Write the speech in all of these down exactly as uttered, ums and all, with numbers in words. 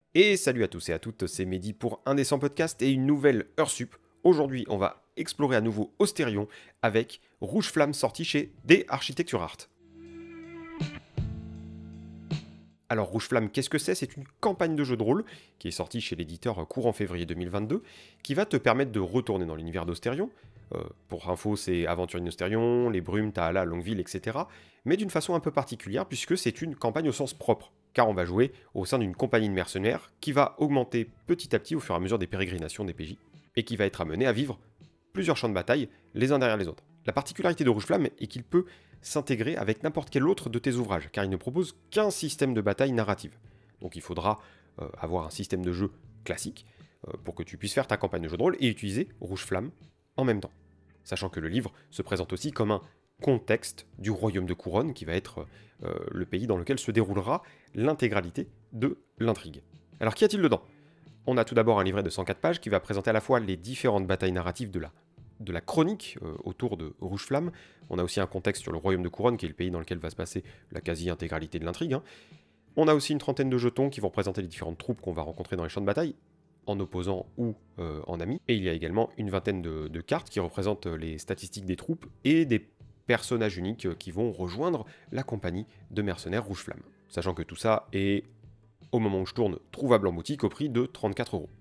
Et salut à tous et à toutes, c'est Mehdi pour Indécent Podcast et une nouvelle heure sup. Aujourd'hui, on va explorer à nouveau Austérion avec Rouge Flamme sorti chez D Architecture Art. Alors Rouge Flamme, qu'est-ce que c'est? C'est une campagne de jeu de rôle qui est sortie chez l'éditeur courant février deux mille vingt-deux, qui va te permettre de retourner dans l'univers d'Austérion. Euh, pour info, c'est Aventure in Austérion, les Brumes, Tahala, Longueville, et cetera. Mais d'une façon un peu particulière puisque c'est une campagne au sens propre, car on va jouer au sein d'une compagnie de mercenaires qui va augmenter petit à petit au fur et à mesure des pérégrinations des P J, et qui va être amené à vivre plusieurs champs de bataille les uns derrière les autres. La particularité de Rouge Flamme est qu'il peut s'intégrer avec n'importe quel autre de tes ouvrages, car il ne propose qu'un système de bataille narrative. Donc il faudra euh, avoir un système de jeu classique euh, pour que tu puisses faire ta campagne de jeu de rôle et utiliser Rouge Flamme en même temps. Sachant que le livre se présente aussi comme un contexte du royaume de Couronne, qui va être euh, le pays dans lequel se déroulera l'intégralité de l'intrigue. Alors qu'y a-t-il dedans? On a tout d'abord un livret de cent quatre pages qui va présenter à la fois les différentes batailles narratives de la de la chronique euh, autour de Rouge Flamme. On a aussi un contexte sur le royaume de Couronne, qui est le pays dans lequel va se passer la quasi-intégralité de l'intrigue. Hein. On a aussi une trentaine de jetons qui vont présenter les différentes troupes qu'on va rencontrer dans les champs de bataille, en opposant ou euh, en ami. Et il y a également une vingtaine de, de cartes qui représentent les statistiques des troupes et des personnages uniques qui vont rejoindre la compagnie de mercenaires Rouge Flamme. Sachant que tout ça est, au moment où je tourne, trouvable en boutique au prix de trente-quatre euros.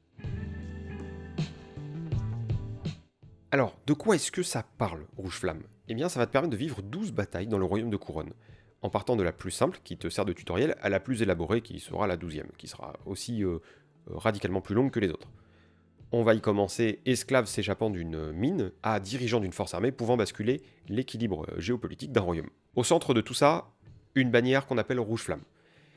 Alors, de quoi est-ce que ça parle, Rouge Flamme? Eh bien, ça va te permettre de vivre douze batailles dans le royaume de Couronne, en partant de la plus simple, qui te sert de tutoriel, à la plus élaborée, qui sera la douzième, qui sera aussi euh, radicalement plus longue que les autres. On va y commencer esclave s'échappant d'une mine, à dirigeant d'une force armée pouvant basculer l'équilibre géopolitique d'un royaume. Au centre de tout ça, une bannière qu'on appelle Rouge Flamme.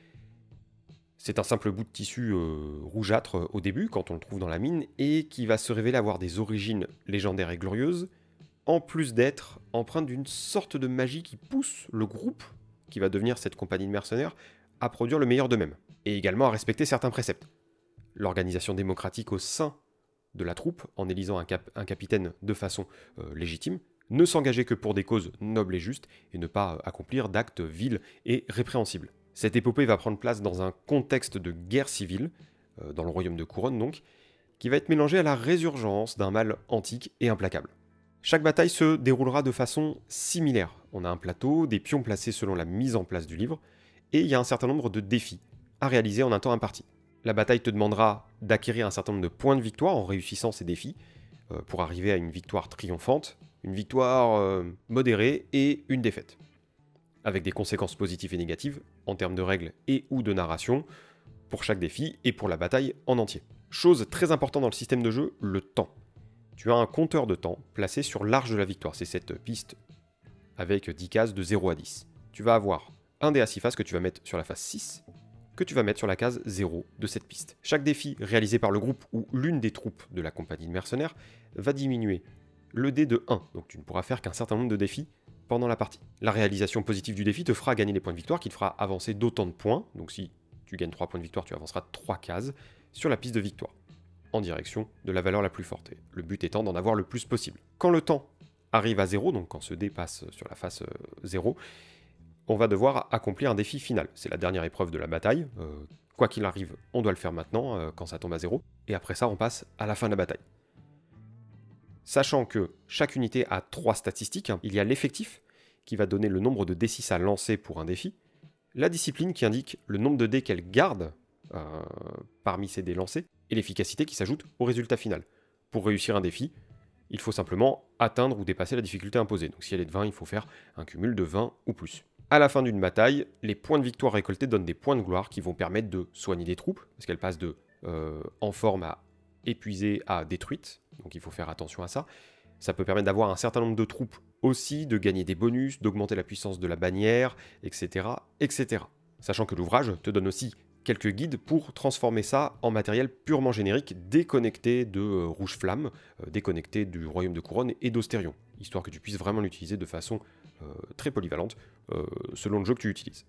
C'est un simple bout de tissu euh, rougeâtre euh, au début, quand on le trouve dans la mine, et qui va se révéler avoir des origines légendaires et glorieuses, en plus d'être empreint d'une sorte de magie qui pousse le groupe, qui va devenir cette compagnie de mercenaires, à produire le meilleur d'eux-mêmes, et également à respecter certains préceptes. L'organisation démocratique au sein de la troupe, en élisant un, cap- un capitaine de façon euh, légitime, ne s'engager que pour des causes nobles et justes, et ne pas euh, accomplir d'actes vils et répréhensibles. Cette épopée va prendre place dans un contexte de guerre civile, euh, dans le royaume de Couronne donc, qui va être mélangé à la résurgence d'un mal antique et implacable. Chaque bataille se déroulera de façon similaire. On a un plateau, des pions placés selon la mise en place du livre, et il y a un certain nombre de défis à réaliser en un temps imparti. La bataille te demandera d'acquérir un certain nombre de points de victoire en réussissant ces défis, euh, pour arriver à une victoire triomphante, une victoire euh, modérée et une défaite, avec des conséquences positives et négatives en termes de règles et ou de narration pour chaque défi et pour la bataille en entier. Chose très importante dans le système de jeu, le temps. Tu as un compteur de temps placé sur l'arche de la victoire, c'est cette piste avec dix cases de zéro à dix. Tu vas avoir un dé à six faces que tu vas mettre sur la face six, que tu vas mettre sur la case zéro de cette piste. Chaque défi réalisé par le groupe ou l'une des troupes de la compagnie de mercenaires va diminuer le dé de un, donc tu ne pourras faire qu'un certain nombre de défis pendant la partie. La réalisation positive du défi te fera gagner les points de victoire, qui te fera avancer d'autant de points, donc si tu gagnes trois points de victoire, tu avanceras trois cases sur la piste de victoire, en direction de la valeur la plus forte, le but étant d'en avoir le plus possible. Quand le temps arrive à zéro, donc quand ce dé passe sur la face zéro, on va devoir accomplir un défi final. C'est la dernière épreuve de la bataille, euh, quoi qu'il arrive, on doit le faire maintenant, euh, quand ça tombe à zéro, et après ça on passe à la fin de la bataille. Sachant que chaque unité a trois statistiques, il y a l'effectif, qui va donner le nombre de dés six à lancer pour un défi, la discipline qui indique le nombre de dés qu'elle garde euh, parmi ces dés lancés, et l'efficacité qui s'ajoute au résultat final. Pour réussir un défi, il faut simplement atteindre ou dépasser la difficulté imposée. Donc si elle est de vingt, il faut faire un cumul de vingt ou plus. À la fin d'une bataille, les points de victoire récoltés donnent des points de gloire qui vont permettre de soigner des troupes, parce qu'elles passent de euh, en forme à épuisée à détruite, donc il faut faire attention à ça. Ça peut permettre d'avoir un certain nombre de troupes aussi, de gagner des bonus, d'augmenter la puissance de la bannière, et cetera, et cetera. Sachant que l'ouvrage te donne aussi quelques guides pour transformer ça en matériel purement générique, déconnecté de euh, Rouge Flamme, euh, déconnecté du royaume de Couronne et d'Austérion, histoire que tu puisses vraiment l'utiliser de façon euh, très polyvalente, euh, selon le jeu que tu utilises.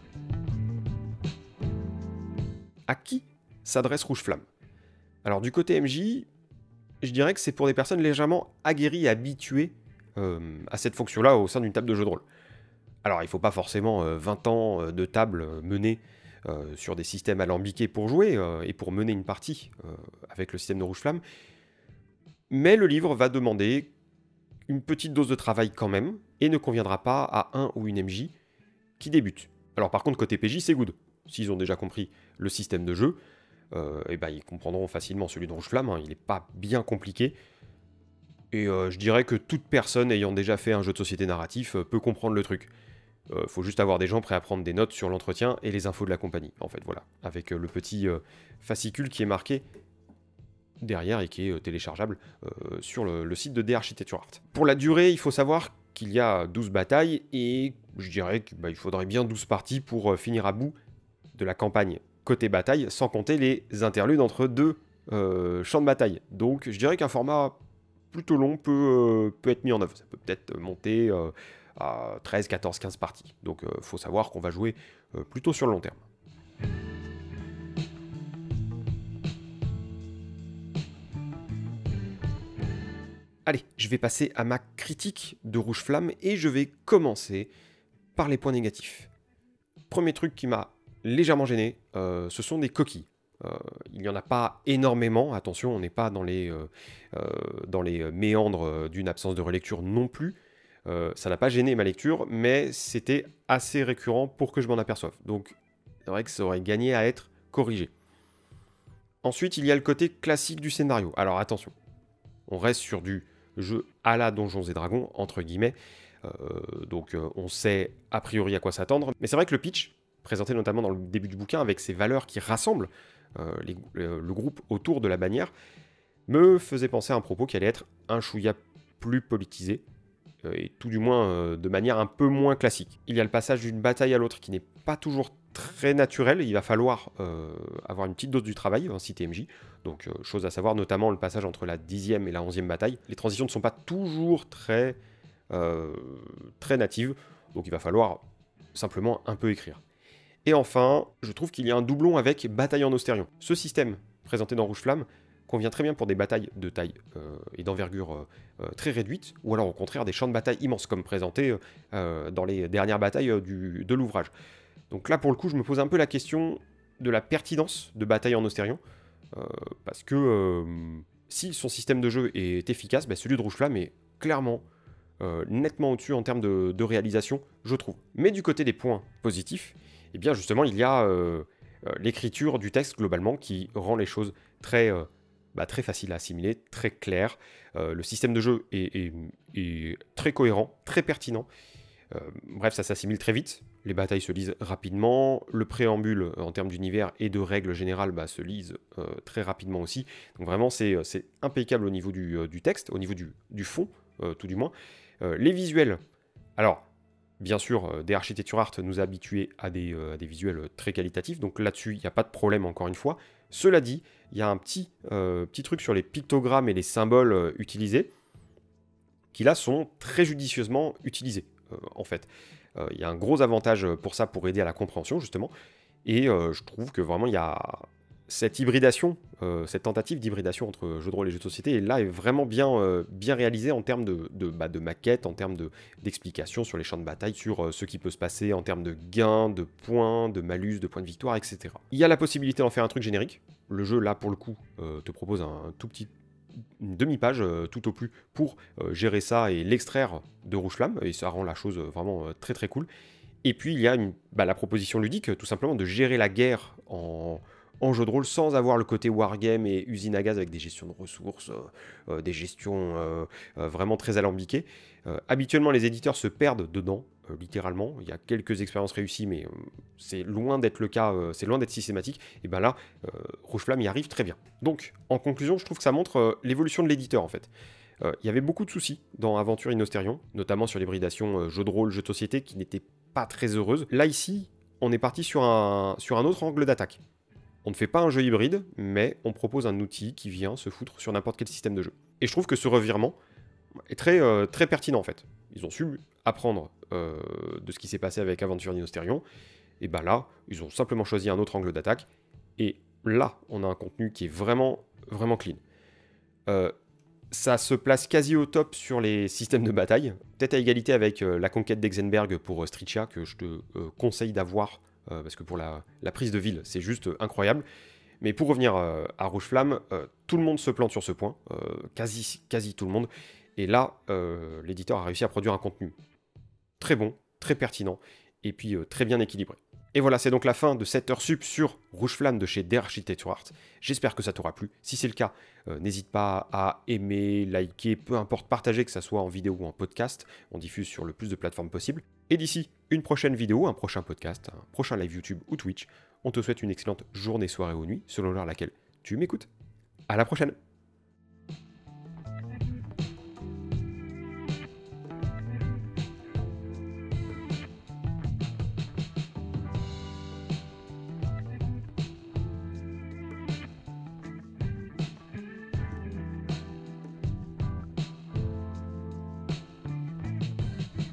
À qui s'adresse Rouge Flamme? Alors du côté M J, je dirais que c'est pour des personnes légèrement aguerries et habituées euh, à cette fonction-là au sein d'une table de jeu de rôle. Alors il ne faut pas forcément euh, vingt ans de table menée euh, sur des systèmes alambiqués pour jouer euh, et pour mener une partie euh, avec le système de Rouge Flamme. Mais le livre va demander une petite dose de travail quand même, et ne conviendra pas à un ou une M J qui débute. Alors par contre, côté P J, c'est good. S'ils ont déjà compris le système de jeu, euh, et ben, ils comprendront facilement celui de Rouge Flamme, hein, il n'est pas bien compliqué. Et euh, je dirais que toute personne ayant déjà fait un jeu de société narratif euh, peut comprendre le truc. Euh, faut juste avoir des gens prêts à prendre des notes sur l'entretien et les infos de la compagnie, en fait, voilà. Avec euh, le petit euh, fascicule qui est marqué derrière et qui est euh, téléchargeable euh, sur le, le site de D Architecture Art. Pour la durée, il faut savoir qu'il y a douze batailles et je dirais qu'il bah, faudrait bien douze parties pour euh, finir à bout de la campagne côté bataille, sans compter les interludes entre deux euh, champs de bataille. Donc je dirais qu'un format plutôt long peut, euh, peut être mis en œuvre. Ça peut peut-être monter euh, à treize, quatorze, quinze parties. Donc il euh, faut savoir qu'on va jouer euh, plutôt sur le long terme. Allez, je vais passer à ma critique de Rouge Flamme et je vais commencer par les points négatifs. Premier truc qui m'a légèrement gêné, euh, ce sont des coquilles. Euh, il n'y en a pas énormément, attention, on n'est pas dans les, euh, euh, dans les méandres d'une absence de relecture non plus. Euh, ça n'a pas gêné ma lecture, mais c'était assez récurrent pour que je m'en aperçoive. Donc c'est vrai que ça aurait gagné à être corrigé. Ensuite, il y a le côté classique du scénario. Alors attention, on reste sur du jeu à la Donjons et Dragons, entre guillemets. Euh, donc euh, on sait a priori à quoi s'attendre. Mais c'est vrai que le pitch, présenté notamment dans le début du bouquin, avec ses valeurs qui rassemblent euh, les, le, le groupe autour de la bannière, me faisait penser à un propos qui allait être un chouïa plus politisé, euh, et tout du moins euh, de manière un peu moins classique. Il y a le passage d'une bataille à l'autre qui n'est pas toujours très naturel, il va falloir euh, avoir une petite dose du travail, hein, si t'es M J, donc euh, chose à savoir, notamment le passage entre la dixième et la onzième bataille. Les transitions ne sont pas toujours très, euh, très natives, donc il va falloir simplement un peu écrire. Et enfin, je trouve qu'il y a un doublon avec Bataille en Ostérion. Ce système, présenté dans Rouge Flamme, convient très bien pour des batailles de taille euh, et d'envergure euh, euh, très réduite, ou alors au contraire des champs de bataille immenses, comme présenté euh, dans les dernières batailles euh, du, de l'ouvrage. Donc là, pour le coup, je me pose un peu la question de la pertinence de Bataille en Ostérion, euh, parce que euh, si son système de jeu est efficace, bah, celui de Rouge Flamme est clairement euh, nettement au-dessus en termes de, de réalisation, je trouve. Mais du côté des points positifs, eh bien justement, il y a euh, euh, l'écriture du texte globalement qui rend les choses très, euh, bah, très faciles à assimiler, très claires. Euh, le système de jeu est, est, est très cohérent, très pertinent. Euh, bref, ça s'assimile très vite. Les batailles se lisent rapidement. Le préambule euh, en termes d'univers et de règles générales bah, se lisent euh, très rapidement aussi. Donc vraiment, c'est impeccable au niveau du, euh, du texte, au niveau du, du fond, euh, tout du moins. Euh, les visuels, alors... Bien sûr, des Architecture Art nous a habitués à des, euh, à des visuels très qualitatifs, donc là-dessus, il n'y a pas de problème encore une fois. Cela dit, il y a un petit, euh, petit truc sur les pictogrammes et les symboles euh, utilisés, qui là sont très judicieusement utilisés, euh, en fait. Euh, il y a un gros avantage pour ça, pour aider à la compréhension, justement, et euh, je trouve que vraiment, il y a cette hybridation, euh, cette tentative d'hybridation entre jeux de rôle et jeux de société, et là est vraiment bien, euh, bien réalisée en termes de, de, bah, de maquettes, en termes d'explications sur les champs de bataille, sur euh, ce qui peut se passer en termes de gains, de points, de malus, de points de victoire, et cetera. Il y a la possibilité d'en faire un truc générique. Le jeu, là, pour le coup, euh, te propose un, un tout petit une demi-page euh, tout au plus pour euh, gérer ça et l'extraire de Rouge Flamme, et ça rend la chose vraiment euh, très très cool. Et puis il y a une, bah, la proposition ludique, tout simplement, de gérer la guerre en... en jeu de rôle sans avoir le côté wargame et usine à gaz avec des gestions de ressources, euh, euh, des gestions euh, euh, vraiment très alambiquées. Euh, habituellement, les éditeurs se perdent dedans, euh, littéralement. Il y a quelques expériences réussies, mais euh, c'est loin d'être le cas, euh, c'est loin d'être systématique. Et bien là, euh, Rouge Flamme y arrive très bien. Donc, en conclusion, je trouve que ça montre euh, l'évolution de l'éditeur, en fait. Euh, il y avait beaucoup de soucis dans Aventure in Ostérion, notamment sur l'hybridation euh, jeu de rôle, jeu de société, qui n'était pas très heureuse. Là, ici, on est parti sur un, sur un autre angle d'attaque. On ne fait pas un jeu hybride, mais on propose un outil qui vient se foutre sur n'importe quel système de jeu. Et je trouve que ce revirement est très, euh, très pertinent en fait. Ils ont su apprendre euh, de ce qui s'est passé avec Aventure in Ostérion, et ben là, ils ont simplement choisi un autre angle d'attaque, et là, on a un contenu qui est vraiment, vraiment clean. Euh, ça se place quasi au top sur les systèmes de bataille, peut-être à égalité avec euh, la conquête d'Exenberg pour euh, Stricia, que je te euh, conseille d'avoir euh, parce que pour la, la prise de ville, c'est juste incroyable. Mais pour revenir euh, à Rouge Flamme, euh, tout le monde se plante sur ce point, euh, quasi, quasi tout le monde. Et là, euh, l'éditeur a réussi à produire un contenu très bon, très pertinent, et puis euh, très bien équilibré. Et voilà, c'est donc la fin de cette heure sup sur Rouge Flamme de chez Der Architecture Art. J'espère que ça t'aura plu. Si c'est le cas, euh, n'hésite pas à aimer, liker, peu importe, partager, que ça soit en vidéo ou en podcast. On diffuse sur le plus de plateformes possible. Et d'ici une prochaine vidéo, un prochain podcast, un prochain live YouTube ou Twitch, on te souhaite une excellente journée, soirée ou nuit, selon l'heure à laquelle tu m'écoutes. À la prochaine!